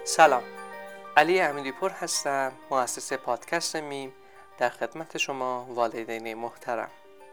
سلام، علی امیدی‌پور هستم، مؤسس پادکست میم. در خدمت شما والدین محترم.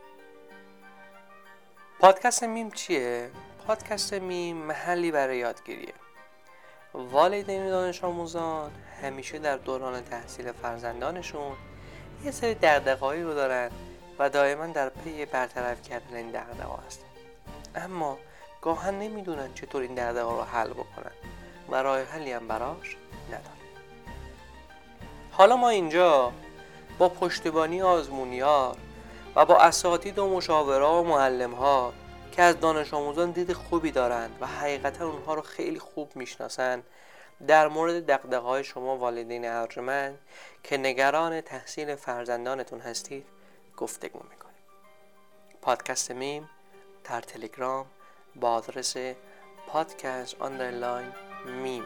پادکست میم چیه؟ پادکست میم محلی برای یادگیریه. والدین دانش آموزان همیشه در دوران تحصیل فرزندانشون یه سری دغدغه‌هایی رو دارن و دائما در پی برطرف کردن این دغدغه‌ها هستن، اما گاهن نمیدونن چطور این دغدغه‌ها رو حل بکنن و راه حلی هم براش ندارن. حالا ما اینجا با پشتیبانی آزمونیار و با اساتید و مشاورا و معلم‌ها که از دانش آموزان دید خوبی دارن و حقیقتا اونها رو خیلی خوب میشناسن، در مورد دغدغه‌های شما والدین ارجمند که نگران تحصیل فرزندانتون هستید گفتگو میکنیم. پادکست میم در تلگرام با آدرس podcast_meme.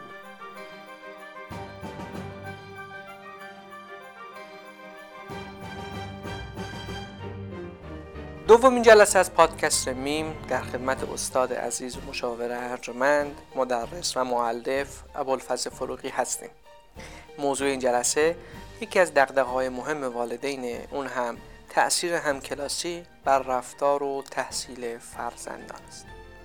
دومین جلسه از پادکست میم در خدمت استاد عزیز و مشاور ارجمند، مدرس و مؤلف ابوالفضل فروغی هستیم. موضوع این جلسه یکی از دغدغه‌های مهم والدین، اون هم تأثیر همکلاسی بر رفتار و تحصیل فرزندان است.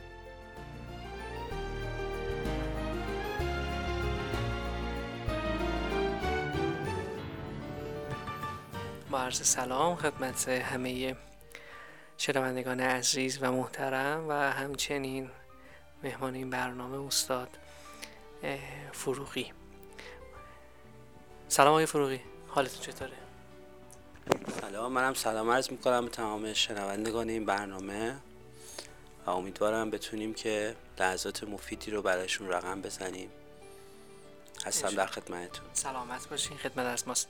با عرض سلام خدمت همه شنوندگان عزیز و محترم و همچنین مهمان این برنامه استاد فروغی. سلام آقای فروغی، حالتون چطوره؟ سلام، منم سلام عرض میکنم به تمام شنوندگان این برنامه و امیدوارم بتونیم که لحظات مفیدی رو براشون رقم بزنیم. هستم در خدمتتون. سلامت باشین، خدمت از ماست.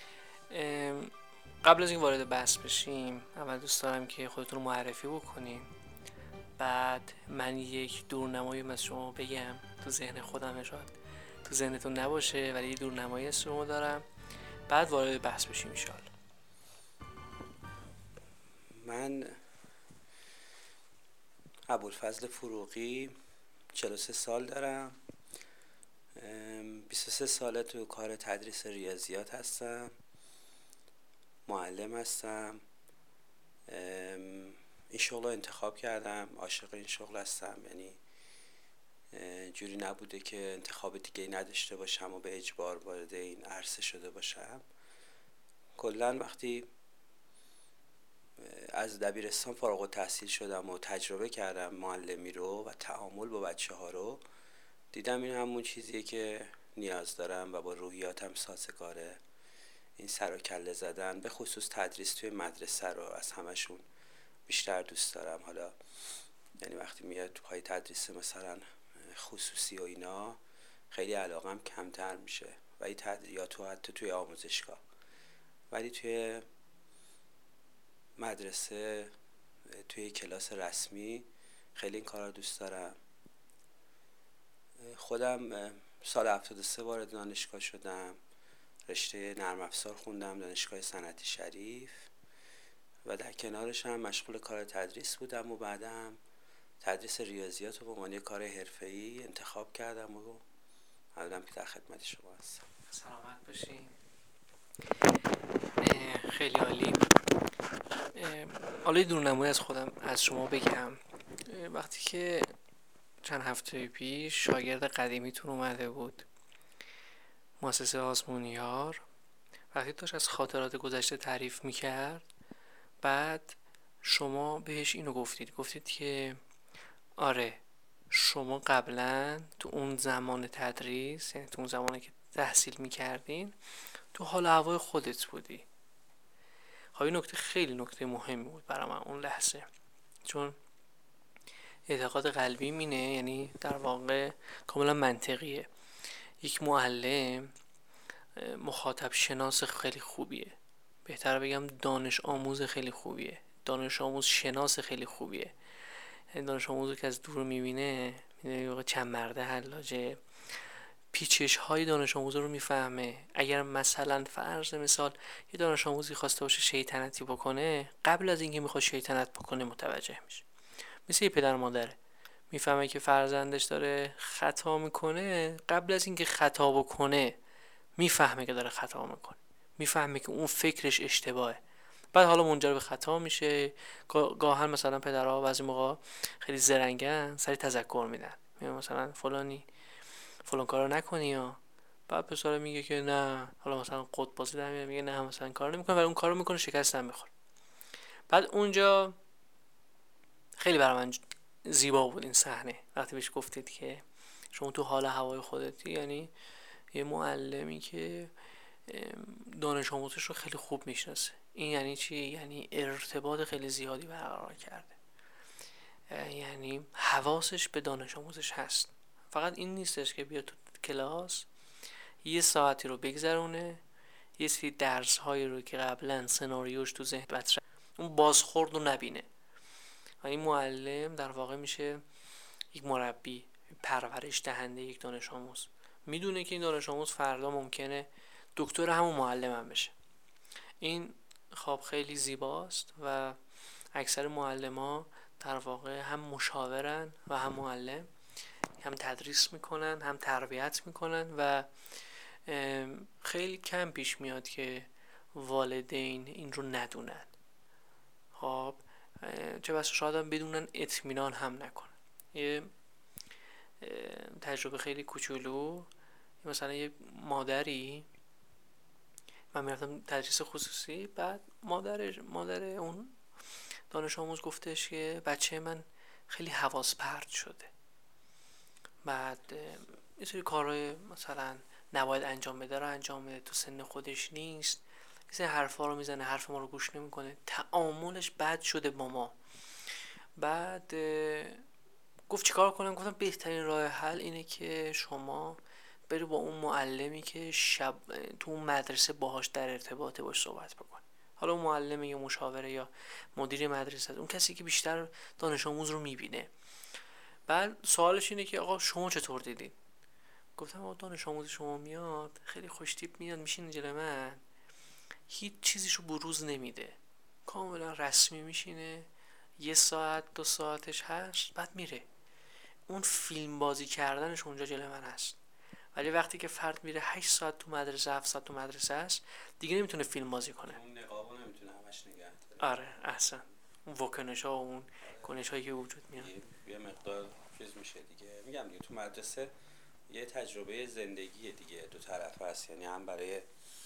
قبل از این وارد بحث بشیم، اول دوست دارم که خودتون رو معرفی بکنین، بعد من یک دورنمایی از شما بگم. تو ذهن خودم شاید تو ذهنتون نباشه، ولی یه دورنمایی از شما دارم، بعد وارد بحث بشیم انشاءالله. من ابوالفضل فروغی 43 سال دارم، 23 ساله تو کار تدریس ریاضیات هستم، معلم هستم. این شغل رو انتخاب کردم، عاشق این شغل هستم، یعنی جوری نبوده که انتخاب دیگه نداشته باشم و به اجبار وارد این عرصه شده باشم. کلاً وقتی از دبیرستان فارغ التحصیل شدم و تجربه کردم معلمی رو و تعامل با بچه ها رو، دیدم این همون چیزیه که نیاز دارم و با روحیاتم سازگاره. این سر و کله زدن، به خصوص تدریس توی مدرسه رو از همشون بیشتر دوست دارم. حالا یعنی وقتی میاد تو پای تدریس مثلا خصوصی و اینا خیلی علاقم کمتر میشه و این تدریات و حتی توی آموزشگاه، ولی توی مدرسه توی کلاس رسمی خیلی این کار رو دوست دارم. خودم سال 73 وارد دانشگاه شدم، رشته نرم افزار خوندم دانشگاه صنعتی شریف و در کنارش هم مشغول کار تدریس بودم و بعدم تدریس ریاضیات رو به عنوان کار حرفه‌ای انتخاب کردم و الان که در خدمت شما هستم. سلامت باشین. خیلی عالی. حالا دورنمایی از خودم از شما بگم. وقتی که چند هفته پیش شاگرد قدیمیتون اومده بود مؤسسه آزمونیار، وقتی داشت از خاطرات گذشته تعریف میکرد، بعد شما بهش اینو گفتید که آره شما قبلا تو اون زمان تدریس، یعنی تو اون زمانی که تحصیل میکردین، تو حال هوای خودت بودی. این نکته خیلی نکته مهمی بود برای من اون لحظه، چون اعتقاد قلبی اینه، یعنی در واقع کاملا منطقیه. یک معلم مخاطب شناس خیلی خوبیه، بهتر بگم دانش آموز خیلی خوبیه، دانش آموز شناس خیلی خوبیه. یعنی دانش آموزو که از دور میبینه میدونه چند مرده حلاجه، پیچش های دانش آموز رو میفهمه. اگر مثلا فرض مثال یه دانش آموزی خواسته باشه شیطنتی بکنه، قبل از اینکه میخواد شیطنت بکنه متوجه میشه. مثل یه پدر مادره، میفهمه که فرزندش داره خطا میکنه، قبل از اینکه خطا بکنه میفهمه که داره خطا میکنه، میفهمه که اون فکرش اشتباهه، بعد حالا منجر به خطا میشه. گاهن مثلا پدرها بعضی موقع خیلی زرنگن، سری تذکر میدن، میگن مثلا فلان کارو نکنی یا، بعد پسر میگه که نه، حالا مثلا قط بازی در میگه نه مثلا کار نمیکنه، ولی اون کارو میکنه، شکست هم میخوره. بعد اونجا خیلی برای من زیبا بود این صحنه، وقتی بهش گفتید که شما تو حال هوای خودتی، یعنی یه معلمی که دانش آموزش رو خیلی خوب میشناسه. این یعنی چی؟ یعنی ارتباط خیلی زیادی برقرار کرده، یعنی حواسش به دانش آموزش هست. فقط این نیستش که بیاد تو کلاس یه ساعتی رو بگذرونه، یه سری درس هایی رو که قبلا سناریوش تو ذهن مطرح اون بازخورد رو نبینه. و این معلم در واقع میشه یک مربی، پرورش دهنده یک دانش آموز. میدونه که این دانش آموز فردا ممکنه دکتر همون معلم هم بشه. این خواب خیلی زیباست و اکثر معلما در واقع هم مشاورن و هم معلم، هم تدریس میکنن هم تربیت میکنن و خیلی کم پیش میاد که والدین این رو ندونن. خب چه بسا شاید هم بدونن اطمینان هم نکنن. یه تجربه خیلی کوچولو، مثلا یه مادری، من میرفتم تدریس خصوصی، بعد مادر اون دانش آموز گفتش که بچه من خیلی حواس پرت شده، بعد یه سری کارهای مثلا نباید انجام بده رو انجام میده، تو سن خودش نیست، یه سری حرفا رو میزنه، حرف ما رو گوش نمیکنه، تعاملش بد شده با ما. بعد گفت چیکار کنم؟ گفتم بهترین راه حل اینه که شما بری با اون معلمی که شب تو اون مدرسه باهاش در ارتباطه باش صحبت بکن. حالا اون معلم یا مشاوره یا مدیر مدرسه، اون کسی که بیشتر دانش آموز رو میبینه. بعد سوالش اینه که آقا شما چطور دیدین؟ گفتم آقا دانش آموز شما میاد خیلی خوشتیپ میاد میشینه جلوی من، هیچ چیزیشو بروز نمیده، کاملا رسمی میشینه، 1 ساعت 2 ساعتش هست بعد میره. اون فیلم بازی کردنش اونجا جلوی من هست. ولی وقتی که فرد میره 8 ساعت تو مدرسه، 7 ساعت تو مدرسه است، دیگه نمیتونه فیلم بازی کنه. اون نقابو نمیتونه همش نگه داره. آره احسن، اون واکنش ها و اون کنش هایی که وجود میاد یه مقدار چیز میشه دیگه. میگم دیگه تو مدرسه یه تجربه زندگی دیگه دو طرف هست، یعنی هم برای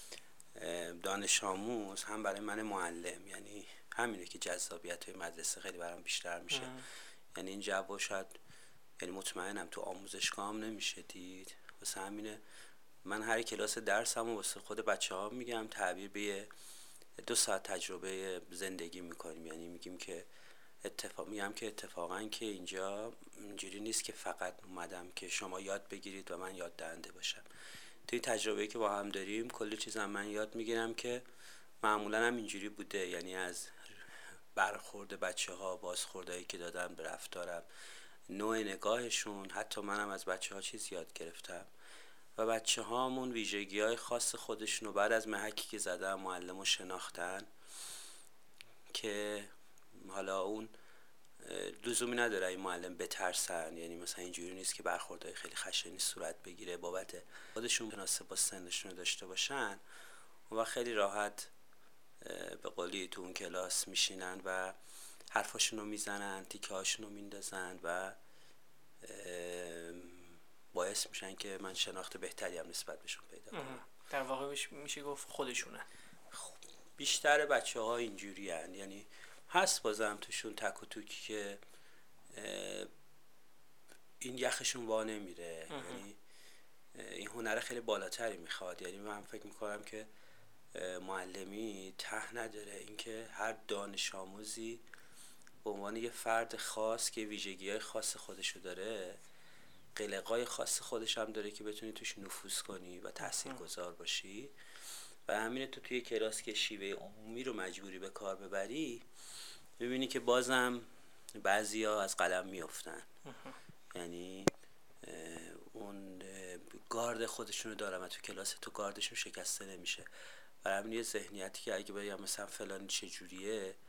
دانش آموز هم برای من معلم. یعنی همینه که جذابیت های مدرسه خیلی برام بیشتر میشه. یعنی این جو شاید، یعنی مطمئنم تو آموزشگاه هم نمیشه دید. واسه همینه من هر کلاس درسمو واسه خود بچه ها میگم تعبیر به 2 ساعت تجربه زندگی میکنیم. یعنی میگیم که میگم که اتفاقا که اینجا اینجوری نیست که فقط اومدم که شما یاد بگیرید و من یاد دهنده باشم. توی تجربه‌ای که با هم داریم کلی چیزا من یاد میگیرم که معمولا هم اینجوری بوده. یعنی از برخورد بچه‌ها، بازخوردایی که دادم به رفتارم، نوع نگاهشون، حتی منم از بچه‌ها چیز یاد گرفتم و بچه‌هامون ویژگی‌های خاص خودشونو بعد از محکی که زدم معلمو شناختن که حالا اون لزومی نداره این معلم بترسن. یعنی مثلا اینجوری نیست که برخوردهای خیلی خشنی صورت بگیره بابت خودشون، مناسب با سنشون داشته باشن و خیلی راحت به قولی تو اون کلاس میشینن و حرفاشونو میزنن، تیکه هاشونو میندازن و باعث میشن که من شناخت بهتری هم نسبت بهشون پیدا کنم. در واقع میشه گفت خودشونه. بیشتر بچه ها اینجوری هن. یعنی هست بازم توشون تک و توکی که این یخشون وا نمیره. یعنی این هنر خیلی بالاتری میخواد. یعنی من فکر میکنم که معلمی ته نداره، اینکه هر دانش آموزی به عنوان یه فرد خاص که ویژگی‌های خاص خودشو داره، قلقای خاص خودش هم داره که بتونی توش نفوذ کنی و تاثیرگذار باشی. و همینه تو توی کلاس که شیوه عمومی رو مجبوری به کار ببری، میبینی که بازم بعضیا از قلم میافتن. یعنی اون گارد خودشونو دارن و تو کلاس تو گاردشون شکسته نمیشه. و همین یه ذهنیتی که اگه بگم مثلا فلانی چه جوریه،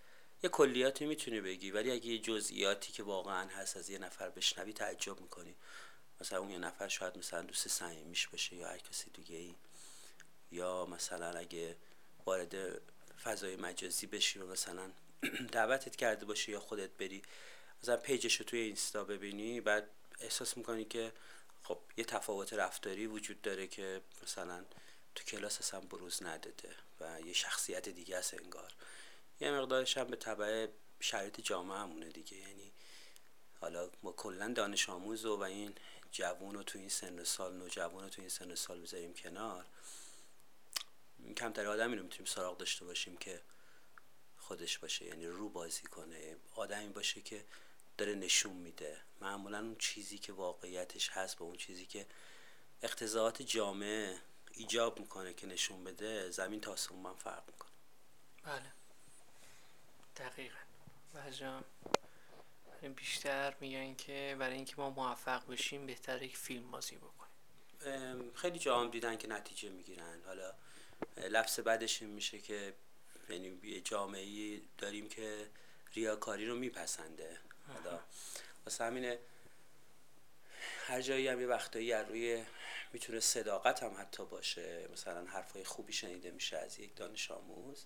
یه کلیاتی میتونی بگی، ولی اگه یه جزئیاتی که واقعا هست از یه نفر بشنوی تعجب میکنی. مثلا اون یه نفر شاید مثلا دوست صمیمیش باشه یا هر کسی دیگه ای، یا مثلا اگه وارد فضای مجازی بشی و مثلا دعوتت کرده باشه یا خودت بری مثلا پیجش رو توی اینستا ببینی، بعد احساس میکنی که خب یه تفاوت رفتاری وجود داره که مثلا تو کلاس اصلا بروز نداده و یه شخصیت دیگه است انگار. یه مقدارش هم به تبع شرایط جامعه‌مونه دیگه. یعنی حالا ما کلا دانش آموز و این جوون رو تو این سن و سال، نوجوان رو تو این سن و سال بذاریم کنار، کمتر آدمی رو میتونیم سراغ داشته باشیم که خودش باشه، یعنی رو بازی کنه، آدمی باشه که داره نشون میده. معمولا اون چیزی که واقعیتش هست با اون چیزی که اقتضاعات جامعه ایجاب میکنه که نشون بده، زمین تا آسمون فرق میکنه. بله دقیقاً. بعضیا بیشتر میگن که برای اینکه ما موفق بشیم بهتره یک فیلم بازی بکنیم. خیلی جا هم دیدن که نتیجه میگیرن. حالا لفظ بعدش این میشه که یعنی یه جامعه‌ای داریم که ریاکاری رو میپسنده. حالا واسه همینه هر جایی هم یه وقتایی از روی میتونه صداقت هم حتی باشه، مثلا حرفای خوبی شنیده میشه از یک دانش آموز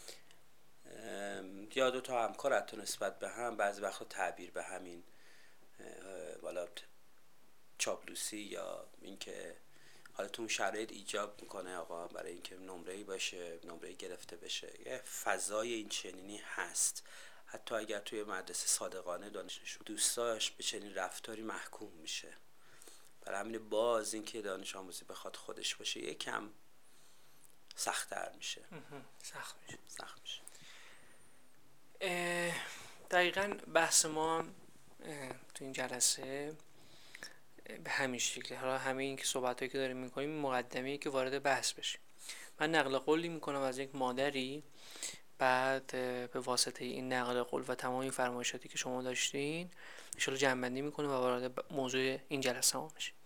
یا دو تا همکار حتی نسبت به هم، بعضی وقتا تعبیر به همین والا چاپلوسی یا اینکه حالا تو اون شرایط ایجاب میکنه آقا برای اینکه نمره‌ای باشه، نمره‌ای گرفته بشه. یه فضای این چنینی هست. حتی اگر توی مدرسه صادقانه دانشجو دوستاش به چنین رفتاری محکوم میشه. برای همین باز اینکه دانش آموزی بخواد خودش باشه یکم سخت‌تر میشه. سخت میشه. دقیقاً بحث ما تو این جلسه به همین شکله. حالا همه این که صحبتایی که داریم میکنیم مقدمه‌ای که وارد بحث بشیم. من نقل قولی میکنم از یک مادری، بعد به واسطه این نقل قول و تمام این فرمایشاتی که شما داشتین ان شاءالله جمع‌بندی میکنیم و وارد موضوع این جلسه ما میشیم.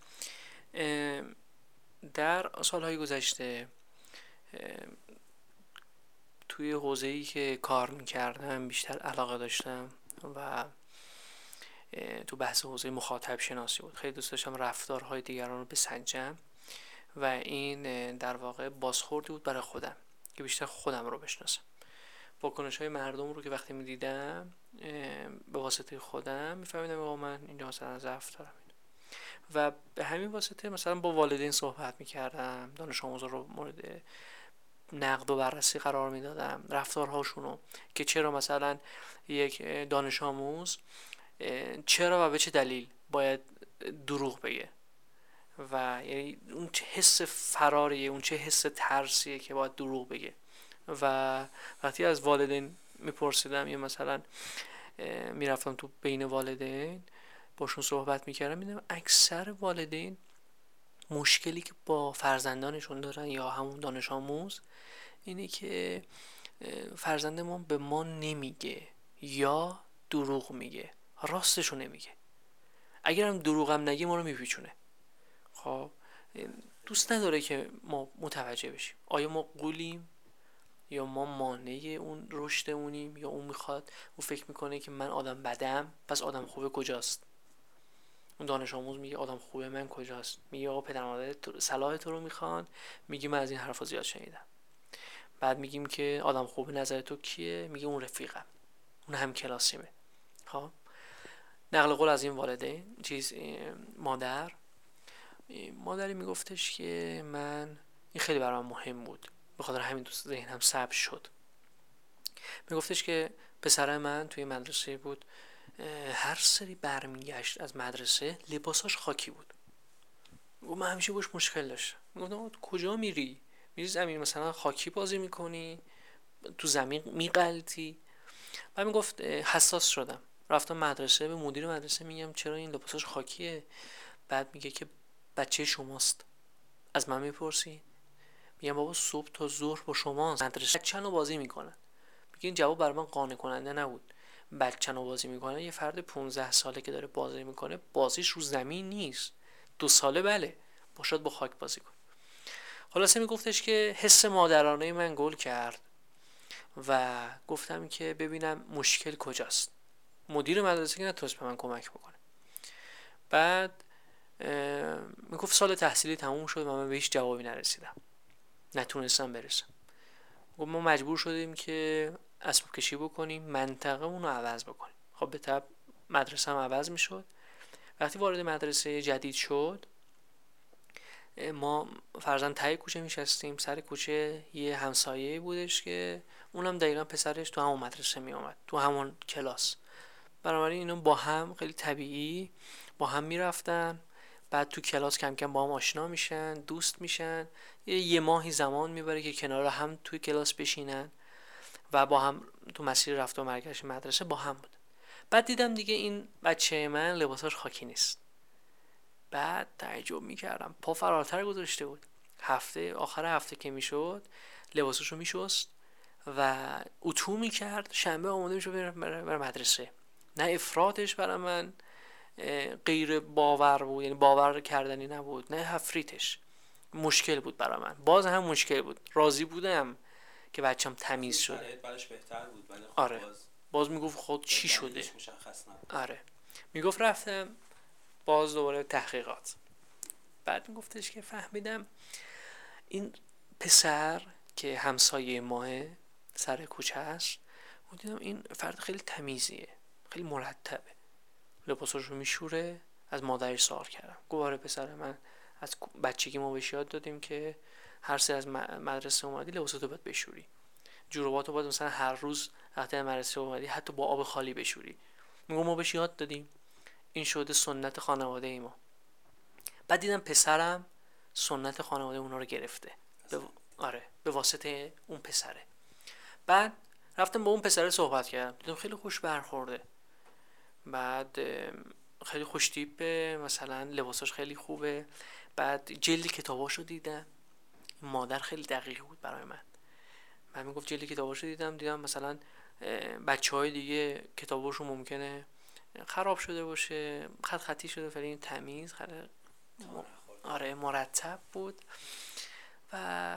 در سالهای گذشته توی حوزه‌ای که کار میکردم بیشتر علاقه داشتم و تو بحث حوزه مخاطب شناسی بود. خیلی دوست داشتم رفتارهای دیگران رو بسنجم و این در واقع بازخوردی بود برای خودم که بیشتر خودم رو بشناسم. واکنش‌های مردم رو که وقتی می‌دیدم به واسطه خودم می‌فهمیدم آقا من اینجا مثلا ضعف دارم و به همین واسطه مثلا با والدین صحبت می‌کردم، دانش آموزا رو مورد نقد و بررسی قرار میدادم، رفتارهاشونو که چرا مثلا یک دانش آموز چرا و به چه دلیل باید دروغ بگه و یعنی اون چه حس فراریه، اون چه حس ترسیه که باید دروغ بگه. و وقتی از والدین میپرسیدم یا مثلا میرفتم تو بین والدین باشون صحبت میکردم، میدونم اکثر والدین مشکلی که با فرزندانشون دارن یا همون دانش آموز اینه که فرزندمون به ما نمیگه یا دروغ میگه، راستشو نمیگه. اگرم دروغم نگه ما رو میپیچونه. خب دوست نداره که ما متوجه بشیم آیا ما قولیم یا ما مانع اون رشدمونیم یا اون میخواد، اون فکر میکنه که من آدم بدم پس آدم خوبه کجاست. اون دانش آموز میگه آدم خوبه من کجاست، میگه آقا پدر مادر صلاح تو رو میخوان، میگی من از این حرفا زیاد شنیدم. بعد میگیم که آدم خوبه نظر تو کیه، میگه اون رفیقم، اون هم کلاسیمه. خب نقل قول از این والدین مادری میگفتش که من این خیلی برام مهم بود، به خاطر همین دوست ذهنم ثبت شد. میگفتش که پسر من توی مدرسه بود، هر سری برمیگشت از مدرسه لباساش خاکی بود. من همیشه باش مشکل داشتم. میگفتم کجا میری زمین مثلا خاکی بازی میکنی، تو زمین میغلطی؟ بعد میگفت حساس شدم، رفتم مدرسه به مدیر مدرسه میگم چرا این لباساش خاکیه. بعد میگه که بچه شماست. از من میپرسی؟ میگم بابا صبح تا ظهر با شماست، مدرسه بچه‌نو بازی میکنن. میگه این جواب برای من قانع کننده نبود. بچه‌نو بازی میکنن، یه فرد 15 ساله که داره بازی میکنه بازیش رو زمین نیست. 2 ساله بله باشد با خاک بازی کن. خلاصه میگفتش که حس مادرانه من گل کرد و گفتم که ببینم مشکل کجاست. مدیر مدرسه که نتونست به من کمک بکنه. بعد میگفت سال تحصیلی تموم شد و من به هیچ جوابی نرسیدم، نتونستم برسم. گفت ما مجبور شدیم که اسباب کشی بکنیم، منطقه اونو عوض بکنیم. خب به طب مدرسه هم عوض میشد. وقتی وارد مدرسه جدید شد، ما فرضاً ته کوچه میشستیم، سر کوچه یه همسایه بودش که اونم دقیقا پسرش تو همون مدرسه میامد، تو همون کلاس. بنابراین اینا با هم خیلی طبیعی با هم میرفتن. بعد تو کلاس کم کم با هم آشنا میشن، دوست میشن. یه ماهی زمان میبره که کنار هم توی کلاس بشینن و با هم تو مسیر رفت و برگشت مدرسه با هم بود. بعد دیدم دیگه این بچه من لباساش خاکی نیست. بعد تعجب میکردم، پا فراتر گذاشته بود. آخر هفته که میشد لباساشو میشست و اتو میکرد، شنبه آماده میشد بره مدرسه. نه افراتش برای من غیر باور بود، یعنی باور کردنی نبود، نه هفریتش مشکل بود برای من. باز هم مشکل بود، راضی بودم که بچم تمیز شده. براش بهتر بود ولی خب آره، باز میگفت خود چی شده. مشخص نبود. آره، میگفت رفتم باز دوباره تحقیقات. بعد میگفتش که فهمیدم این پسر که همسایه ماه سر کوچه است، دیدم این فرد خیلی تمیزیه، خیلی مرتبه، لباساشو میشوره. از مادرش سوال کردم، گفت آره پسر من از بچگی ما بهش یاد دادیم که هر سه از مدرسه اومدی لباساتو باید بشوری، جوراباتو باید مثلا هر روز وقتی مدرسه اومدی حتی با آب خالی بشوری. میگم ما بهش یاد دادیم، این شده سنت خانواده ای ما. بعد دیدم پسرم سنت خانواده اونا رو گرفته. آره، به واسطه اون پسره. بعد رفتم با اون پسره صحبت کردم، دیدم خیلی خوش برخورده. بعد خیلی خوش تیپه، مثلا لباساش خیلی خوبه. بعد جلد کتاباشو دیدم. مادر خیلی دقیق بود برای من میگفت جلد کتاباشو دیدم مثلا بچه های دیگه کتاباشو ممکنه خراب شده باشه، خطی شده، ولی تمیز آره مرتب بود. و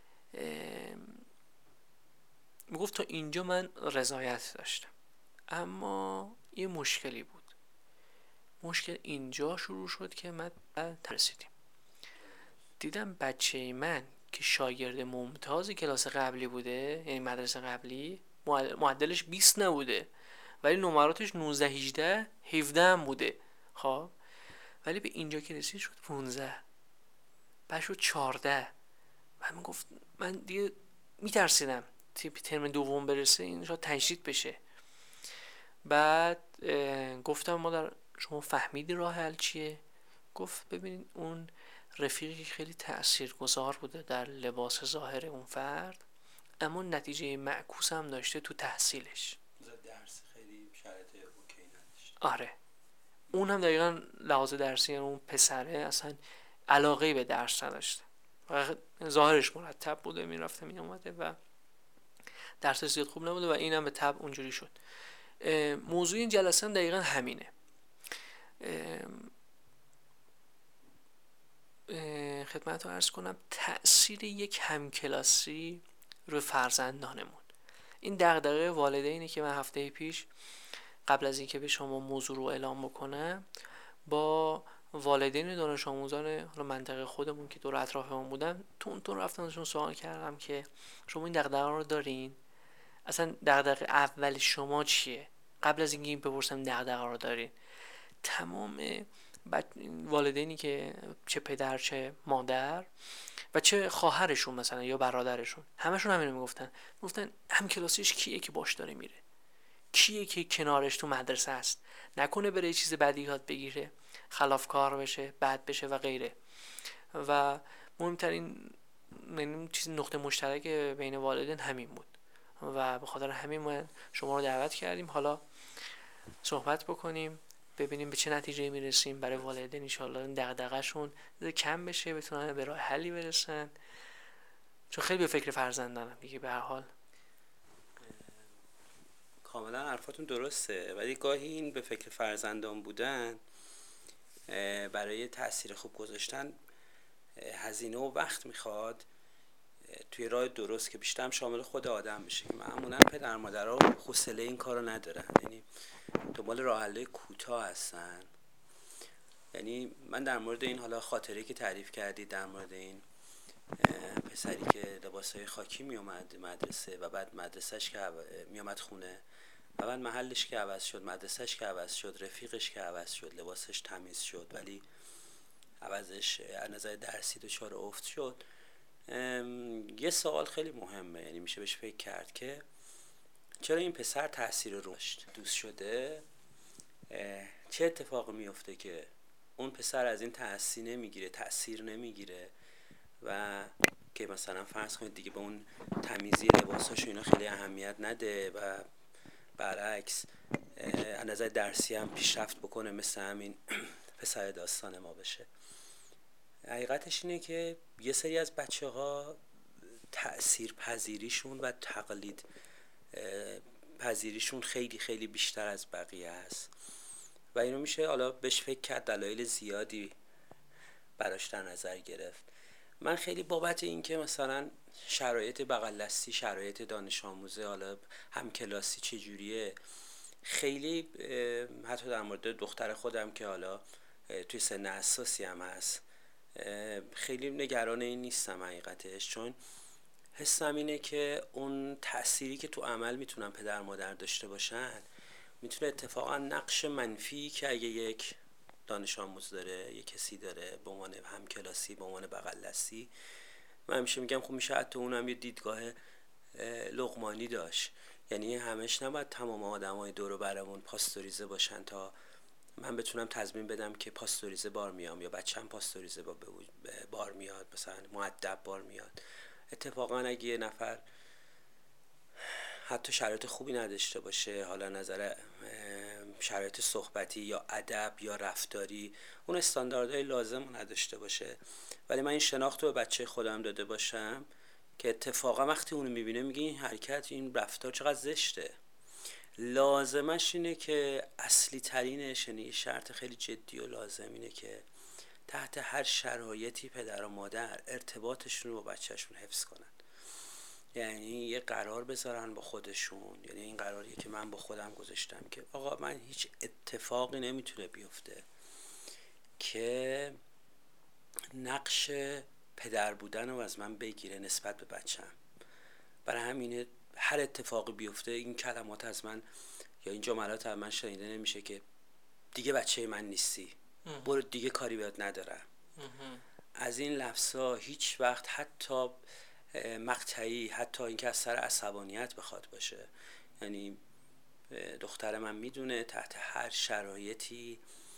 میگفت تا اینجا من رضایت داشتم، اما یه مشکلی بود. مشکل اینجا شروع شد که من رسیدیم دیدم بچه من که شاگرد ممتاز کلاس قبلی بوده، یعنی مدرسه قبلی، معدلش 20 نبوده ولی نمراتش 19 18 17 هم بوده. خب ولی به اینجا که رسید شد 15، بعد شد 14. من گفت من دیگه میترسیدم ترم دوم برسه این شاید تجدید بشه. بعد گفتم مادر شما فهمیدی راه حل چیه؟ گفت ببینید اون رفیقی که خیلی تاثیرگذار بوده در لباس ظاهر اون فرد، اما نتیجه معکوس هم داشته تو تحصیلش. درس خیلی شرایط اوکی نداشت. آره، اون هم دقیقا لحاظ درسی اون پسره اصلا علاقه به درس نداشته، ظاهرش مرتب بوده، میرفته می اومده و درسش زیاد خوب نبوده و اینم به تبع اونجوری شد. موضوع این جلسه هم دقیقا همینه. خدمت رو عرض کنم تأثیر یک همکلاسی روی فرزندانمون. این دغدغه والدینی که من هفته پیش قبل از اینکه به شما موضوع رو اعلام بکنم با والدین دانش آموزان منطقه خودمون که دور اطرافمون بودن تون رفتم ازشون سوال کردم که شما این دغدغه رو دارین؟ اصلا دغدغه اول شما چیه؟ قبل از اینکه بپرسم دغدغه رو دارین، تمام والدینی که چه پدر چه مادر و چه خواهرشون مثلا یا برادرشون همشون همینو میگفتن همکلاسیش کیه که باش داره میره، کیه که کنارش تو مدرسه است، نکنه بره یه چیز بدی یاد بگیره، خلافکار بشه، بد بشه و غیره. و مهمترین چیز نقطه مشترک بین والدین همین بود و به خاطر همین ما شما رو دعوت کردیم حالا صحبت بکنیم، ببینیم به چه نتیجه میرسیم برای والدین. انشالله دغدغه‌شون کم بشه، بتونن به راه حلی برسن، چون خیلی به فکر فرزندانم دیگه. به هر حال کاملا حرفاتون درسته، ولی گاهی این به فکر فرزندان بودن برای تأثیر خوب گذاشتن هزینه و وقت میخواد. توی راه درست که بیشتر شامل خود آدم بشه که معمولا پدر مادرها حوصله این کارو ندارن، یعنی دنبال راه حل کوتاه هستن. یعنی من در مورد این حالا خاطره که تعریف کردی در مورد این پسری که لباسای خاکی می اومد مدرسه و بعد مدرسهش که می اومد خونه و بعد محلش که عوض شد، مدرسهش که عوض شد، رفیقش که عوض شد، لباسش تمیز شد ولی عوضش از نظر درسی دچار افت شد. یه سوال خیلی مهمه، یعنی میشه بهش فکر کرد که چرا این پسر تأثیر رو داشت دوست شده. چه اتفاقی میفته که اون پسر از این تأثیر نمیگیره و که مثلا فرض کنید دیگه به اون تمیزی لباساش اینا خیلی اهمیت نده و برعکس از نظر درسی هم پیشرفت بکنه مثل همین پسر داستان ما بشه. حقیقتش اینه که یه سری از بچه ها تأثیر پذیریشون و تقلید پذیریشون خیلی خیلی بیشتر از بقیه است و اینو میشه حالا بهش فکر کرد، دلایل زیادی براش در نظر گرفت. من خیلی بابت این که مثلا شرایط بغل دستی، شرایط دانش آموزه، حالا همکلاسی چجوریه، خیلی حتی در مورد دختر خودم که حالا توی سن حساسی هم هست خیلی نگران این نیستم حقیقتش، چون حسم اینه که اون تأثیری که تو عمل میتونن پدر مادر داشته باشن میتونه اتفاقا نقش منفی که اگه یک دانش آموز داره، یک کسی داره به عنوان همکلاسی، به عنوان بغل دستی، من همیشه میگم خب میشه حتی اونم یه دیدگاه لقمانی داشت. یعنی همش نباید تمام آدمای دور و برمون پاستوریزه باشن تا من بتونم تضمین بدم که پاستوریزه بار میام یا بچه‌م پاستوریزه بار میاد، مثلا مؤدب بار میاد. اتفاقا اگه یه نفر حتی شرایط خوبی نداشته باشه، حالا نظر شرایط صحبتی یا ادب یا رفتاری اون استانداردهای لازم رو نداشته باشه، ولی من این شناخت رو به بچه خودم داده باشم که اتفاقا وقتی اونو میبینه میگه این حرکت، این رفتار چقدر زشته، لازمش اینه که اصلی ترینش، یعنی شرط خیلی جدی و لازم اینه که تحت هر شرایطی پدر و مادر ارتباطشون رو با بچهشون حفظ کنن. یعنی یه قرار بذارن با خودشون، یعنی این قراریه که من با خودم گذاشتم که آقا من هیچ اتفاقی نمیتونه بیفته که نقش پدر بودن رو از من بگیره نسبت به بچم. برای همینه هر اتفاقی بیفته این کلمات از من یا این جملات از من شنیده نمیشه که دیگه بچه من نیستی، برو دیگه کاری بهت ندارم. از این لفظا هیچ وقت حتی مقطعی، حتی اینکه از سر عصبانیت بخواد باشه، یعنی دختر من میدونه تحت هر شرایطی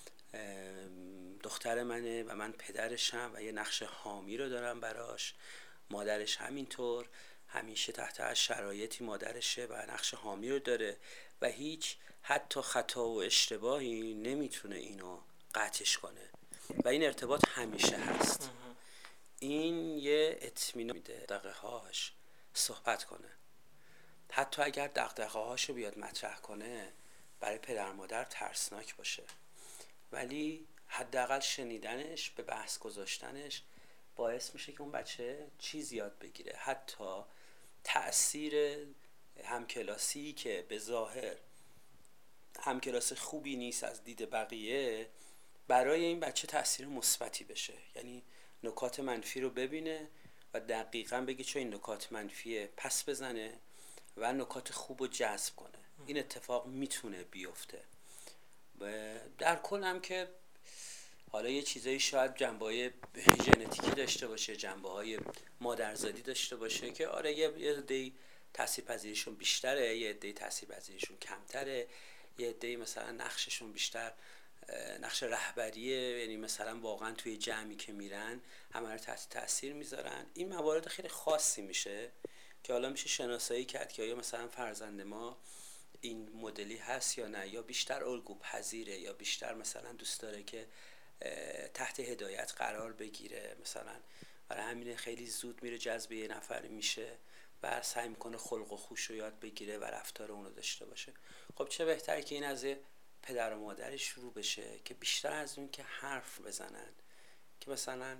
دختر منه و من پدرشم و یه نقش حامی رو دارم براش، مادرش همینطور همیشه تحت هر شرایطی مادرشه و نقش حامی رو داره و هیچ حتی خطا و اشتباهی نمیتونه اینو قطعش کنه و این ارتباط همیشه هست. این یه اطمینان میده دغدغه‌هاش صحبت کنه، حتی اگر دغدغه‌هاشو بیاد مطرح کنه برای پدر مادر ترسناک باشه، ولی حداقل شنیدنش، به بحث گذاشتنش باعث میشه که اون بچه چیز یاد بگیره. حتی تأثیر همکلاسی که به ظاهر همکلاس خوبی نیست از دید بقیه، برای این بچه تأثیر مثبتی بشه، یعنی نکات منفی رو ببینه و دقیقاً بگه چون این نکات منفیه پس بزنه و نکات خوب رو جذب کنه. این اتفاق میتونه بیفته. در کل هم که حالا یه چیزایی شاید جنبه‌های ژنتیکی داشته باشه، جنبه‌های مادرزادی داشته باشه که آره یه عده‌ای تاثیرپذیریشون بیشتره، یه عده‌ای تاثیرپذیریشون کمتره، یه عده‌ای مثلا نقششون بیشتر نقش رهبریه، یعنی مثلا واقعا توی جمعی که میرن همه رو تحت تاثیر میذارن. این موارد خیلی خاصی میشه که حالا میشه شناسایی کرد که آیا مثلا فرزند ما این مدلی هست یا نه، یا بیشتر الگو پذیره یا بیشتر مثلا دوست داره که تحت هدایت قرار بگیره، مثلا برای همین خیلی زود میره جذب یه نفر میشه و سعی میکنه خلق و خوش رو یاد بگیره و رفتار اونو داشته باشه. خب چه بهتر که این از پدر و مادرش شروع بشه که بیشتر از اون که حرف بزنن، که مثلا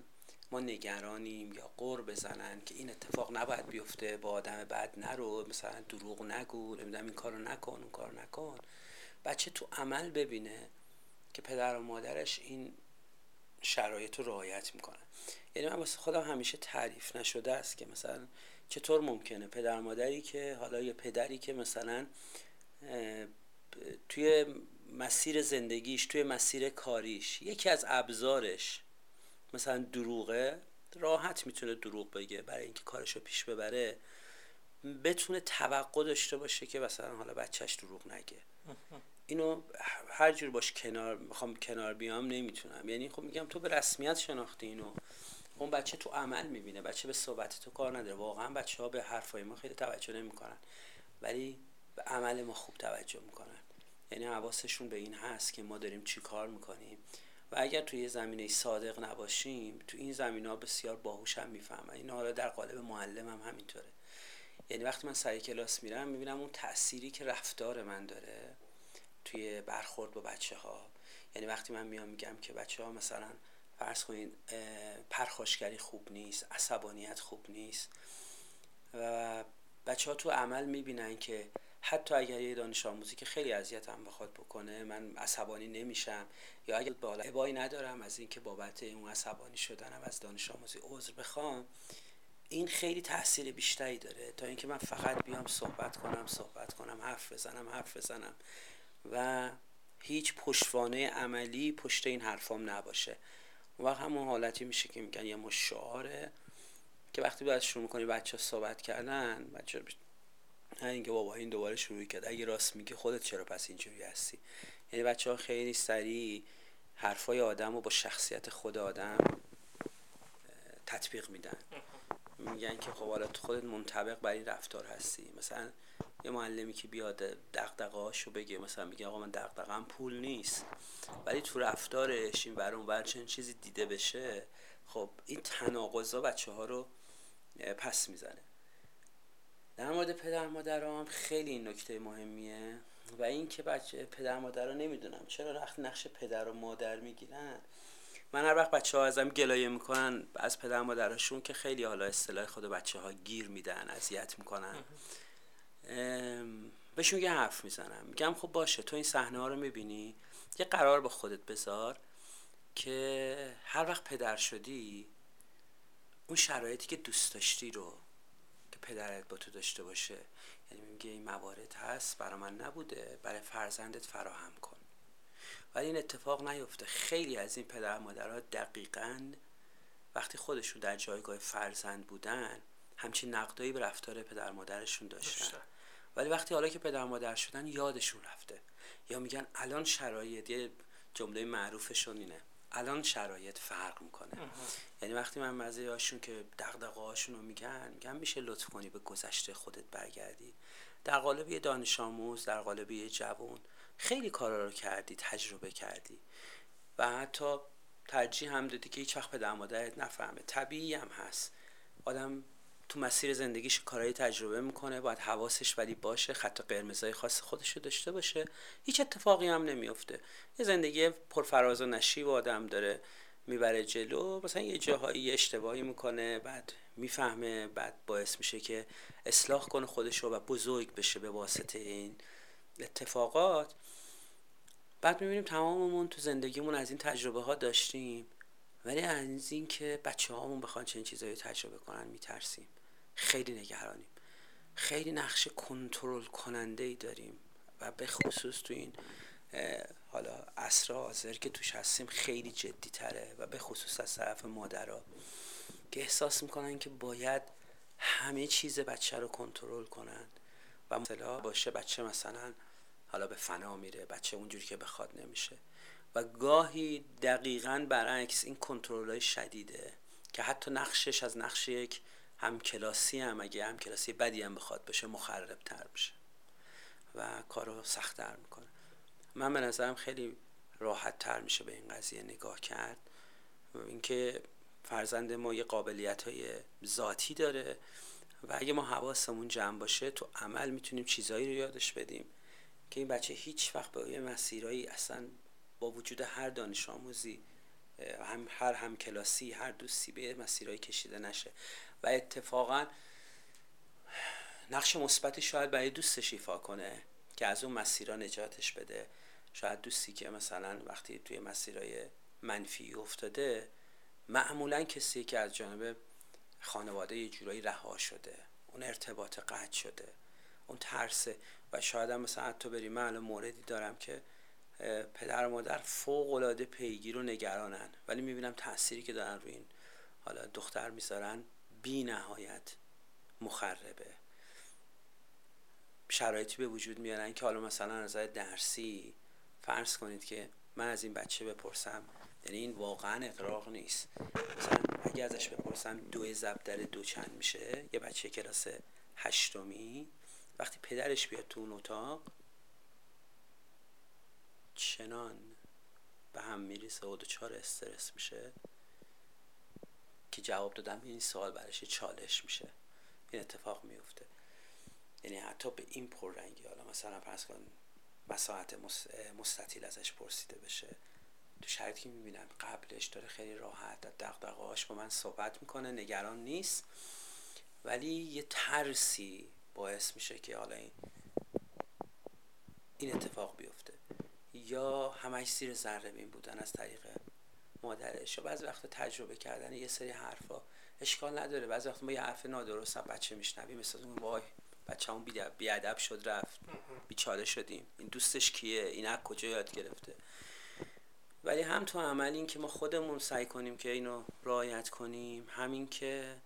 ما نگرانیم یا غر بزنن که این اتفاق نباید بیفته، با آدم بد نرو، مثلا دروغ نگو، نمیدونم این کارو نکن اون کارو نکن. بچه تو عمل ببینه که پدر و مادرش این شرایط رو رعایت میکنن. یعنی من واسه خودم همیشه تعریف نشده است که مثلا چطور ممکنه پدر مادری که حالا یه پدری که مثلا توی مسیر زندگیش، توی مسیر کاریش، یکی از ابزارش مثلا دروغه، راحت میتونه دروغ بگه برای اینکه کارشو پیش ببره، بتونه توقع داشته باشه که مثلا حالا بچهش دروغ نگه. اینو هر جور باش کنار بیام نمیتونم. یعنی خب میگم تو به رسمیت شناختی اینو، اون بچه تو عمل میبینه، بچه به صحبت تو کار نداره. واقعا بچه‌ها به حرفای ما خیلی توجه نمیکنن ولی به عمل ما خوب توجه میکنن. یعنی حواسشون به این هست که ما داریم چی کار میکنیم و اگر توی یه زمینه صادق نباشیم تو این زمینه‌ها بسیار باهوش هم میفهمن. این حالا در قالب معلم هم همینطوره. یعنی وقتی من سر کلاس میرم میبینم اون تأثیری که رفتار من داره توی برخورد با بچه‌ها. یعنی وقتی من میام میگم که بچه‌ها مثلا فرض کنین پرخاشگری خوب نیست، عصبانیت خوب نیست، و بچه‌ها تو عمل میبینن که حتی اگر یه دانش آموزی که خیلی اذیتم بخواد بکنه من عصبانی نمیشم، یا اگر بالا ابایی ندارم از اینکه بابت اون عصبانی شدنم از دانش آموزی عذر بخوام، این خیلی تاثیر بیشتری داره تا اینکه من فقط بیام صحبت کنم حرف بزنم و هیچ پشتوانه عملی پشت این حرفام نباشه. اون وقت همون حالتی میشه که میگن یه مشعاره که وقتی باید شروع میکنی بچه صحبت کردن، بچه نه اینکه بابا این دوباره شروع کرد، اگه راست میگه خودت چرا پس اینجوری هستی. یعنی بچه ها خیلی سریع حرفای آدم رو با شخصیت خود آدم تطبیق میدن. میگن که خب حالا تو خودت منطبق بر این رفتار هستی. مثلا یه معلمی که بیاد دغدغه‌هاشو بگه، مثلا میگه آقا من دغدغه‌ام پول نیست، ولی تو رفتارش این ور اون ور چنین چیزی دیده بشه، خب این تناقضا بچه‌ها رو پس میزنه. در مورد پدر مادرام خیلی این نکته مهمیه و این که بچه پدر مادرها نمیدونم چرا وقتی نقش پدر و مادر میگیرن، من هر وقت بچه‌ها ازم گلایه میکنن از پدر مادرشون که خیلی حالا اصطلاح خود بچه‌ها گیر میدن، اذیت میکنن، بهشون یه حرف میزنم، میگم خب باشه تو این صحنه ها رو میبینی، یه قرار با خودت بذار که هر وقت پدر شدی اون شرایطی که دوست داشتی رو که پدرت با تو داشته باشه، یعنی میگه این موارد هست برای من نبوده، برای فرزندت فراهم کن. ولی این اتفاق نیفته. خیلی از این پدر مادرها دقیقاً وقتی خودشون در جایگاه فرزند بودن همچین نقدایی به رفتار پدر مادرشون داشتن، ولی وقتی حالا که پدر مادر شدن یادشون رفته، یا میگن الان شرایط، یه جمله معروفشون اینه، الان شرایط فرق میکنه. یعنی وقتی من بعضی‌هاشون که دغدغه‌هاشون رو میگن میشه لطف کنی به گذشته خودت برگردی، در قالب یه دانش آموز، در قالب یه جوان خیلی کارا رو کردی، تجربه کردی و حتی ترجیح هم دادی که هیچ وقت پدر مادرت نفهمه. طبیعی هم هست، آدم تو مسیر زندگیش کارهای تجربه میکنه، باید حواسش ولی باشه، خط قرمزای خاص خودشو داشته باشه، هیچ اتفاقی هم نمیفته. یه زندگی پرفراز و نشیب آدم داره میبره جلو، مثلا یه جاهایی اشتباهی میکنه، بعد میفهمه، بعد باعث میشه که اصلاح کنه خودشو و بزرگ بشه به واسطه این اتفاقات. بعد میبینیم تماممون تو زندگیمون از این تجربه ها داشتیم، ولی از این که بچه هامون بخوان چنین چیزایی تجربه کنن میترسیم، خیلی نگرانیم، خیلی نقش کنترل کننده ای داریم و به خصوص تو این حالا عصر حاضر که توش هستیم خیلی جدی تره و به خصوص از طرف مادرها که احساس میکنن که باید همه چیز بچه رو کنترل کنن و مثلا باشه بچه مثلا حالا به فنا میره، بچه اونجوری که بخواد نمیشه، و گاهی دقیقاً برعکس این کنترل‌های شدیده که حتی نقشش از نقش یک همکلاسی هم اگه همکلاسی بدی هم بخواد بشه مخرب‌تر بشه و کارو سخت‌تر میکنه. من به نظرم خیلی راحت تر میشه به این قضیه نگاه کرد، اینکه فرزند ما یه قابلیت‌های ذاتی داره و اگه ما حواسمون جمع باشه تو عمل میتونیم چیزایی رو یادش بدیم که این بچه هیچ وقت به یه مسیرایی اصلا با وجود هر دانش آموزی هر هم کلاسی، هر دوستی به مسیرهای کشیده نشه و اتفاقا نقش مثبتی شاید برای دوستش ایفا کنه که از اون مسیرها نجاتش بده. شاید دوستی که مثلا وقتی توی مسیرهای منفی افتاده، معمولا کسی که از جانب خانواده یه جورایی رها شده، اون ارتباط قطع شده، اون ترسه. و شاید هم مثلا حتی بریم، من الان موردی دارم که پدر و مادر فوق العاده پیگیر و نگرانن، ولی میبینم تأثیری که دارن روی این حالا دختر میذارن بی نهایت مخربه. شرایطی به وجود میارن که حالا مثلا از نظر درسی فرض کنید که من از این بچه بپرسم، یعنی این واقعا اغراق نیست، مثلا اگه ازش بپرسم 2 ضرب در 2 چند میشه، یه بچه کلاس 8می وقتی پدرش بیاد تو اون اتاق چنان به هم میریسه و دچار استرس میشه که جواب دادن به این سوال برش چالش میشه. این اتفاق میفته. یعنی حتی به این پررنگی، حالا مثلا فرض کن مساحت مستطیل ازش پرسیده بشه، تو شرایطی که میبینم قبلش داره خیلی راحت از دغدغه‌هاش با من صحبت میکنه، نگران نیست، ولی یه ترسی باعث میشه که حالا این اتفاق بیفته. یا همش زیر ذره بین بودن از طریق مادرش، یا بعضی وقتا تجربه کردن یه سری حرفا اشکال نداره. بعضی وقتا ما یه حرف نادرست از بچه میشنویم، مثلا وای بچه‌مون بیادب شد رفت، بیچاره شدیم، این دوستش کیه، این از کجا یاد گرفته. ولی هم تو عمل این که ما خودمون سعی کنیم که اینو رعایت کنیم، همین که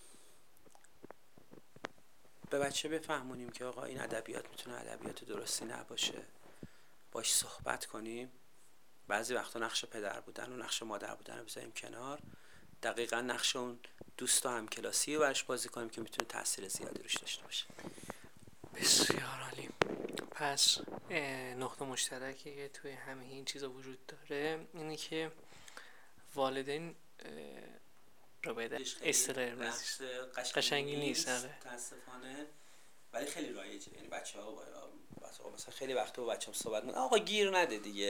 به بچه بفهمونیم که آقا این ادبیات میتونه ادبیات درستی نباشه، باش صحبت کنیم. بعضی وقتا نقش پدر بودن و نقش مادر بودن رو بذاریم کنار، دقیقا نقش اون دوست و همکلاسی رو برش بازی کنیم که میتونه تاثیر زیادی روش داشته باشه. بسیار عالی. پس نقطه مشترکی که توی همه این چیزا وجود داره اینه که والدین رو بده اصطلاح قشنگی نیست متاسفانه، ولی خیلی رایجه. یعنی بچه‌ها مثلا خیلی وقتا با بچه‌ها صحبت می‌کنن آقا گیر نده دیگه،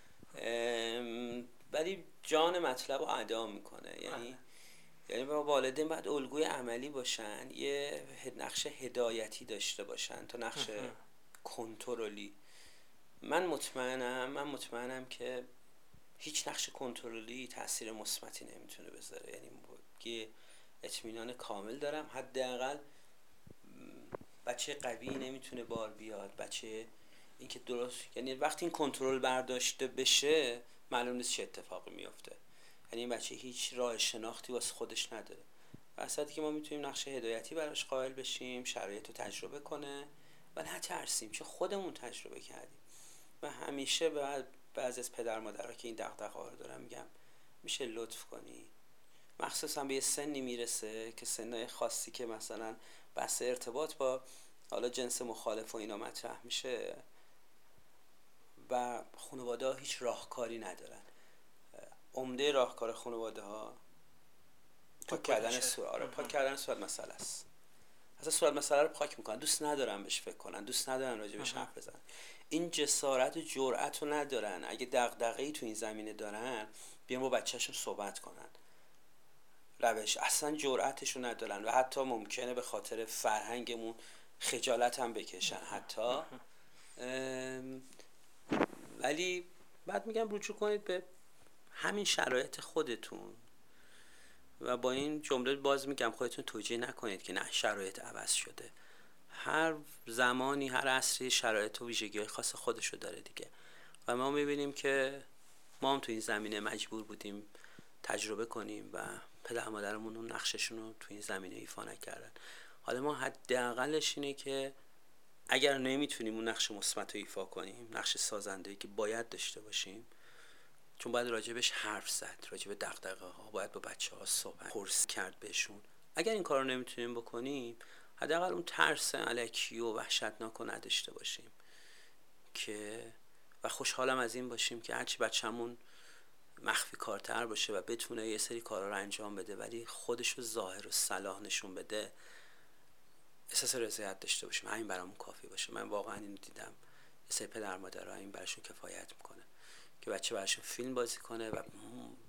ولی جان مطلب رو ادا میکنه. یعنی با والدین باید الگوی عملی باشن، یه نقش هدایتی داشته باشن تا نقش کنترلی. من مطمئنم که هیچ نقش کنترلی تاثیر مثبتی نمیتونه بذاره. یعنی که اطمینان کامل دارم حداقل بچه قوی نمیتونه بار بیاد، بچه اینکه درست، یعنی وقتی این کنترل برداشته بشه معلوم نیست چه اتفاقی میفته. یعنی این بچه هیچ راه شناختی واسه خودش نداره. واسه که ما میتونیم نقش هدایتی براش قائل بشیم، شرایط رو تجربه کنه و نترسیم، چون خودمون تجربه کردیم. و همیشه بعضی از پدر مادرها که این دغدغه‌ها رو دارن میگم میشه لطف کنی، مخصوصا به یه سنی میرسه که سنای خاصی که مثلا بحث ارتباط با حالا جنس مخالف و اینا مطرح میشه و خانواده ها هیچ راهکاری ندارن. عمده راهکار خانواده ها پاک کردن صورت مسئله است. اصلا صورت مسئله رو پاک میکنن، دوست ندارن بهش فکر کنن، دوست ندارن راجبش حرف بزنن، این جسارت و جرأت رو ندارن. اگه دغدغه‌ای تو این زمینه دارن بیان با بچه‌شون صحبت کنن، روش اصلا جرأتش رو ندارن و حتی ممکنه به خاطر فرهنگمون خجالت هم بکشن حتی. ولی بعد میگم رجوع کنید به همین شرایط خودتون و با این جمله باز میگم خودتون توجیه نکنید که نه شرایط عوض شده. هر زمانی هر عصری شرایط و ویژگی‌های خاص خودشو داره دیگه و ما میبینیم که ما هم تو این زمینه مجبور بودیم تجربه کنیم و پدر مادرمون اون نقششون رو تو این زمینه ایفا نکردن. حالا ما حداقلش اینه که اگر نمیتونیم اون نقش مثبت رو ایفا کنیم، نقش سازنده‌ای که باید داشته باشیم، چون باید راجبش حرف زد، راجب دغدغه‌ها باید با بچه‌ها صحبت پرس کرد بهشون. اگر این کار رو نمیتونیم بکنیم حداقل اون ترس الکی و وحشتناک رو نداشته باشیم که و خوشحالم از این باشیم که هرچی بچه‌مون مخفی کارتر باشه و بتونه یه سری کارا رو انجام بده ولی خودشو ظاهر و صلاح نشون بده، احساس رضایت داشته باشیم، همین برامون کافی باشه. من واقعا اینو دیدم، یه سری پدر مادرها این براشون کفایت میکنه که بچه براشون فیلم بازی کنه و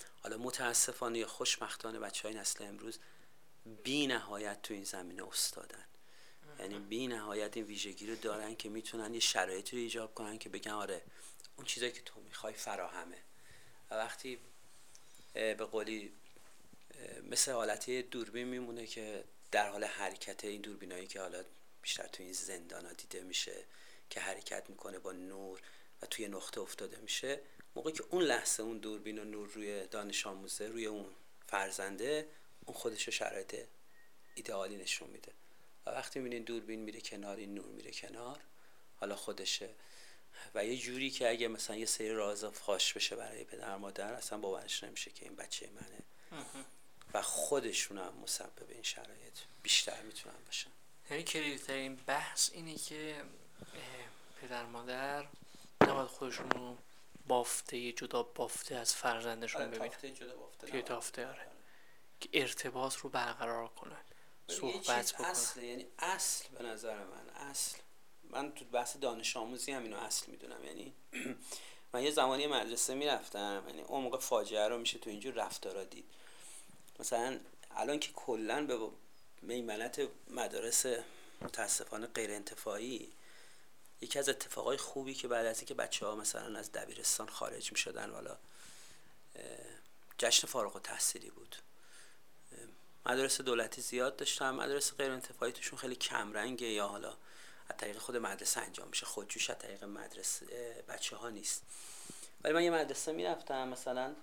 حالا متاسفانه یا خوشبختانه بچهای نسل امروز بی نهایت تو این زمینه استادن، یعنی بی نهایت این ویژگی رو دارن که میتونن یه شرایطی رو ایجاد کنن که بگن آره اون چیزایی که تو میخوای فراهمه. و وقتی به قولی مثل حالتی دوربین میمونه که در حال حرکت، این دوربینایی که حالا بیشتر تو این زندانا دیده میشه که حرکت میکنه با نور و توی نقطه افتاده میشه، موقعی که اون لحظه اون دوربین و نور روی دانش آموزه، روی اون فرزنده، اون خودش شرایط ایدئالی نشون میده. و وقتی میبینین دوربین میره کنار، این نور میره کنار، حالا خودشه و یه جوری که اگه مثلا یه سری راز فاش بشه برای پدر مادر، اصلا باورش نمیشه که این بچه منه و خودشون هم مسبب این شرایط بیشتر میتونن باشن. یعنی کلیدترین بحث اینه که پدر مادر نباید خودشون رو جدا بافته از فرزندشون ببینن. تافته آره. که ارتباط رو برقرار کنن، صحبت بکنن. اصل، یعنی اصل به نظر من تو بحث دانش آموزی هم اینو اصل میدونم. یعنی من یه زمانی مدرسه میرفتم، یعنی اون موقع فاجعه رو میشه تو اینجور رفتارا دید. مثلا الان که کلن به میمنت مدارس متاسفانه غیر انتفاعی، یکی از اتفاقای خوبی که بعد از اینکه بچه‌ها مثلا از دبیرستان خارج می‌شدن، حالا جشن فارغ التحصیلی بود. مدارس دولتی زیاد داشتن، مدارس غیر انتفاعی توشون خیلی کم رنگه یا حالا از طریق خود مدرسه انجام میشه، خودجوش از طریق مدرسه بچه‌ها نیست. ولی من یه مدرسه میرفتم، مثلا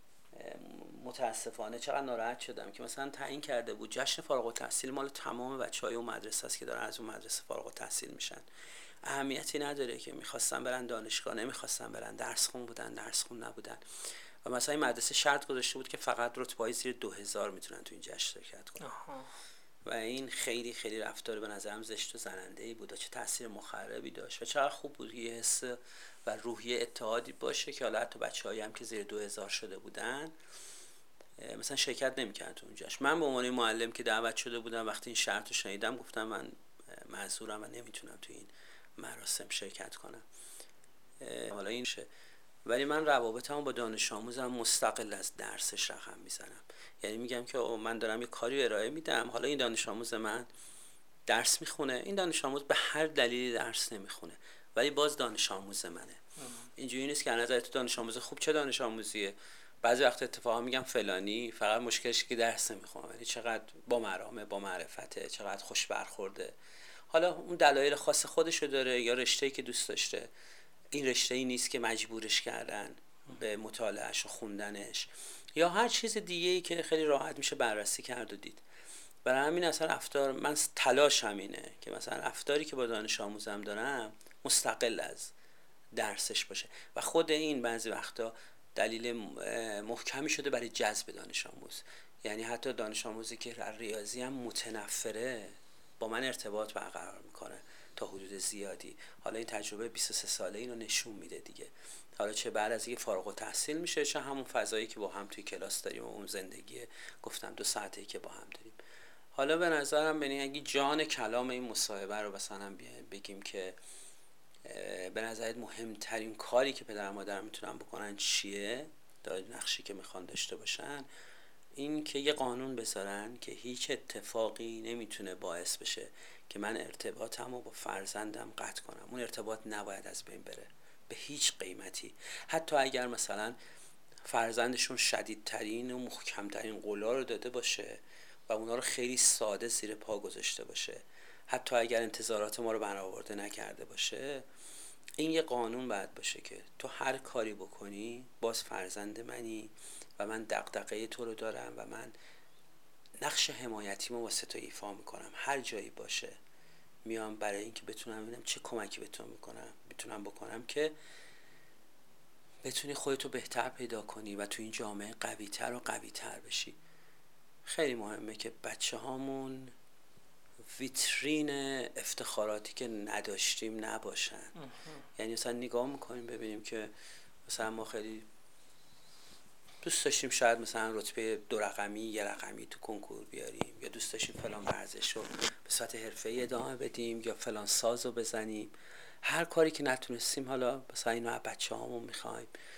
متاسفانه چقدر ناراحت شدم که مثلا تعیین کرده بود جشن فارغ التحصیل مال تمام بچهای اون مدرسه است که دارن از اون مدرسه فارغ التحصیل میشن. اهمیتی نداره که میخواستن برن دانشگاه، نمیخواستن برن درس خون بودن، درس خون نبودن. و مثلا این مدرسه شرط گذاشته بود که فقط رتبه‌های زیر 2000 میتونن تو این جشن شرکت کنن. و این خیلی خیلی رفتار به نظرم زشت و زننده‌ای بود و چه تاثیر مخربی داشت و چقدر خوب بود یه حس و روحیه اتحادی باشه که حالا حتی بچه‌هایی هم که زیر 2000 شده بودن مثلا شرکت نمی‌کردن تو اون جشن. من به عنوان معلم که دعوت شده بودم، وقتی این شرط رو شنیدم گفتم من معذورم و نمیتونم تو این مراسم شرکت کنم. حالا این شه، ولی من روابطم با دانش آموزم مستقل از درسش رقم میزنم. یعنی میگم که من دارم یه کاری ارائه میدم، حالا این دانش آموز من درس میخونه، این دانش آموز به هر دلیلی درس نمیخونه ولی باز دانش آموز منه. اینجوری نیست که از نظر تو دانش آموز خوب چه دانش آموزیه. بعضی وقت اتفاقا میگم فلانی فقط مشکلش که درس نمیخونه ولی چقدر با مرامه، با معرفته، چقدر خوش برخورده. حالا اون دلایل خاص خودشو داره یا رشته‌ای که دوست داشته. این رشته‌ای نیست که مجبورش کردن به مطالعهش و خوندنش یا هر چیز دیگه‌ای که خیلی راحت میشه بررسی کرد و دید. برای همین اصلا رفتار من تلاشم اینه که مثلا رفتاری که با دانش آموزم دارم مستقل از درسش باشه و خود این بعضی وقتا دلیل محکمی شده برای جذب دانش آموز. یعنی حتی دانش آموزی که ریاضی هم متنفره با من ارتباط برقرار میکنه تا حدود زیادی. حالا این تجربه 23 ساله اینو نشون میده دیگه. حالا چه بعد از اینکه فارغ التحصیل میشه، چه همون فضایی که با هم توی کلاس داریم و اون زندگی گفتم 2 ساعته‌ای که با هم داریم. حالا به نظرم ببین اگه جان کلام این مصاحبه رو مثلا بگیم که به نظرت مهمترین کاری که پدر مادر میتونن بکنن چیه، در نقشی که میخوان داشته باشن، این که یه قانون بذارن که هیچ اتفاقی نمیتونه باعث بشه که من ارتباطم رو با فرزندم قطع کنم. اون ارتباط نباید از بین بره به هیچ قیمتی. حتی اگر مثلا فرزندشون شدیدترین و محکمترین قولا رو داده باشه و اونا رو خیلی ساده زیر پا گذاشته باشه، حتی اگر انتظارات ما رو برآورده نکرده باشه، این یه قانون باید باشه که تو هر کاری بکنی باز فرزند منی و من دغدغه تو رو دارم و من نقش حمایتیمو واسه تو ایفا میکنم. هر جایی باشه میام برای اینکه بتونم ببینم چه کمکی میتونم بکنم که بتونی خودتو بهتر پیدا کنی و تو این جامعه قوی‌تر و قوی‌تر بشی. خیلی مهمه که بچه هامون ویترین افتخاراتی که نداشتیم نباشن. یعنی مثلا نگاه میکنیم ببینیم که مثلا ما خیلی دوست داشتیم شاید مثلا رتبه 2 رقمی 1 رقمی تو کنکور بیاریم، یا دوست داشتیم فلان ورزش رو به صورت حرفه‌ای ادامه بدیم یا فلان ساز رو بزنیم. هر کاری که نتونستیم حالا مثلا اینو از بچه‌هامون میخوایم.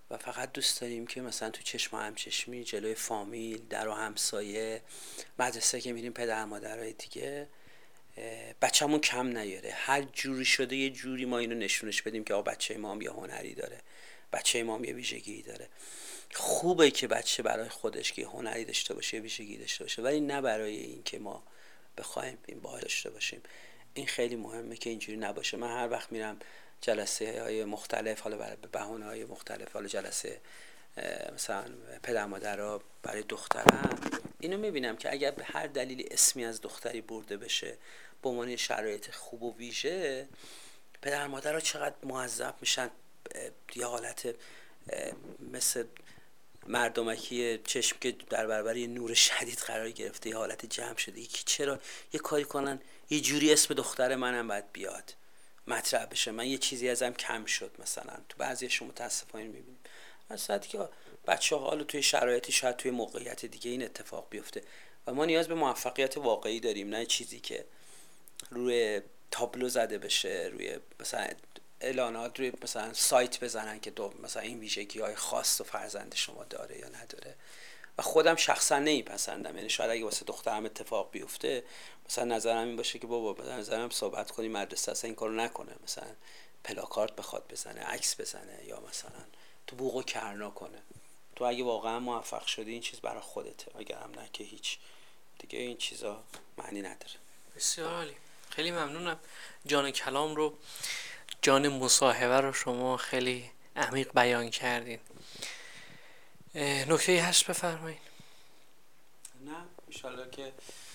و فقط دوست داریم که مثلا تو چشم و همچشمی جلوی فامیل، در و همسایه، مدرسه که میریم، پدر مادرای دیگه بچه‌مون کم نیاره. هر جوری شده یه جوری ما اینو نشونش بدیم که آقا بچه ما هم یه هنری داره، بچه ما هم یه ویژگی داره. خوبه که بچه برای خودش که هنری داشته باشه، یه ویژگی داشته باشه، ولی نه برای این که ما بخوایم این باید داشته باشیم. این خیلی مهمه که اینجوری نباشه. من هر وقت میرم جلسه های مختلف، حالا برای بهونه های مختلف، حالا جلسه مثلا پدر مادرها برای دخترم، اینو میبینم که اگر به هر دلیلی اسمی از دختری برده بشه به عنوان شرایط خوب و ویژه، پدر مادرها چقدر معذب میشن. یه حالت مثل مردمکی چشم که در برابر یه نور شدید قرار گرفته، یه حالت جمع شده. یکی چرا یه کاری کنن یه جوری اسم دختر منم باید بیاد مطرح بشه، من یه چیزی ازم کم شد. مثلا تو بعضیش متاسفانه میبینیم مثلا که بچه‌ها حالا توی شرایطی، شاید توی موقعیت دیگه این اتفاق بیفته و ما نیاز به موفقیت واقعی داریم، نه چیزی که روی تابلو زده بشه، روی مثلا اعلانات، روی مثلا سایت بزنن که مثلا این ویژگی‌های خاص و فرزند شما داره یا نداره. و خودم شخصا نمیپسندم. یعنی شاید اگه واسه دخترم اتفاق بیفته، مثلا نظرم این باشه که بابا به نظرم صحبت کنی مدرسه اصلا این کارو نکنه، مثلا پلاکارد بخواد بزنه، عکس بزنه، یا مثلا تو بوق و کرنا کنه. تو اگه واقعا موفق شدی این چیز برای خودته، اگرم نه که هیچ دیگه، این چیزا معنی نداره. بسیار عالی، خیلی ممنونم. جان کلام رو، جان مصاحبه رو شما خیلی عمیق بیان کردین. نکته‌ای هست بفرمایید. نه انشالله که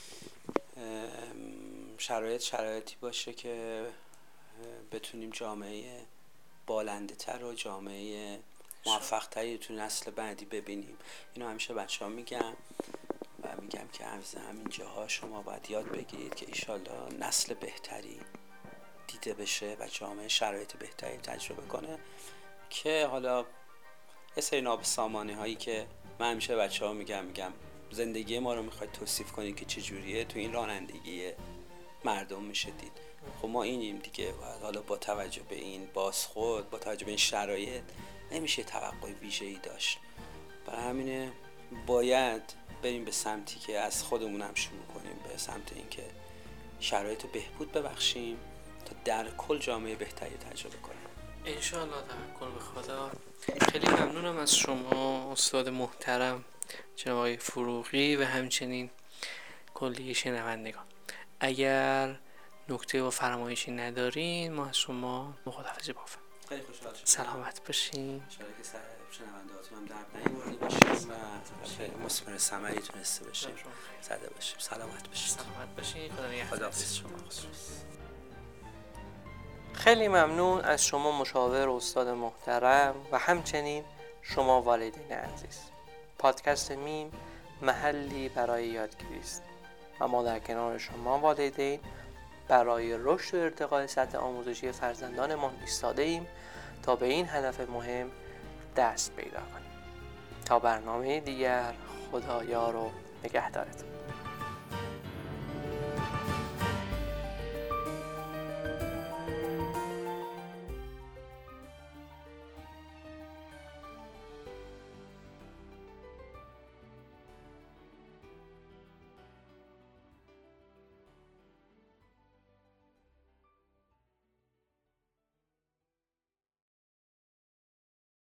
شرایطی باشه که بتونیم جامعه بالنده تر و جامعه موفق تری تو نسل بعدی ببینیم. اینو همیشه بچه ها میگم و میگم که همین جاها شما باید یاد بگیرید که انشالله نسل بهتری دیده بشه و جامعه شرایط بهتری تجربه کنه. که حالا یه سری نابسامانی هایی که من همیشه بچه ها میگم زندگی ما رو میخواید توصیف کنید که چجوریه، تو این رانندگی مردم میشه دید. خب ما اینیم دیگه. حالا با توجه به این بازخورد، با توجه به این شرایط، نمیشه توقع ویژه‌ای داشت. برای همینه باید بریم به سمتی که از خودمون هم شروع کنیم، به سمت اینکه شرایط بهبود ببخشیم تا در کل جامعه بهتری تجربه کنیم. انشاءالله، توکل به خدا. خیلی ممنونم از شما استاد محترم جناب آقای فروغی و همچنین کلیه شنوندگان. اگر نکته و فرمایشی ندارین ما از شما خداحافظی بافم. خیلی خوشحال شدم. سلامت باشین. انشاءالله که شنونده‌هاتون هم درد نیاورده باشیم و مثمر ثمری تونسته باشیم، زده باشیم. سلامت باشین. خداحافظ شما. خیلی ممنون از شما مشاور و استاد محترم و همچنین شما والدین عزیز. پادکست میم محلی برای یادگیری است و ما در کنار شما والدین برای رشد و ارتقای سطح آموزشی فرزندانمان ایستاده ایم تا به این هدف مهم دست پیدا کنیم. تا برنامه دیگر، خدایا رو نگهدارتون.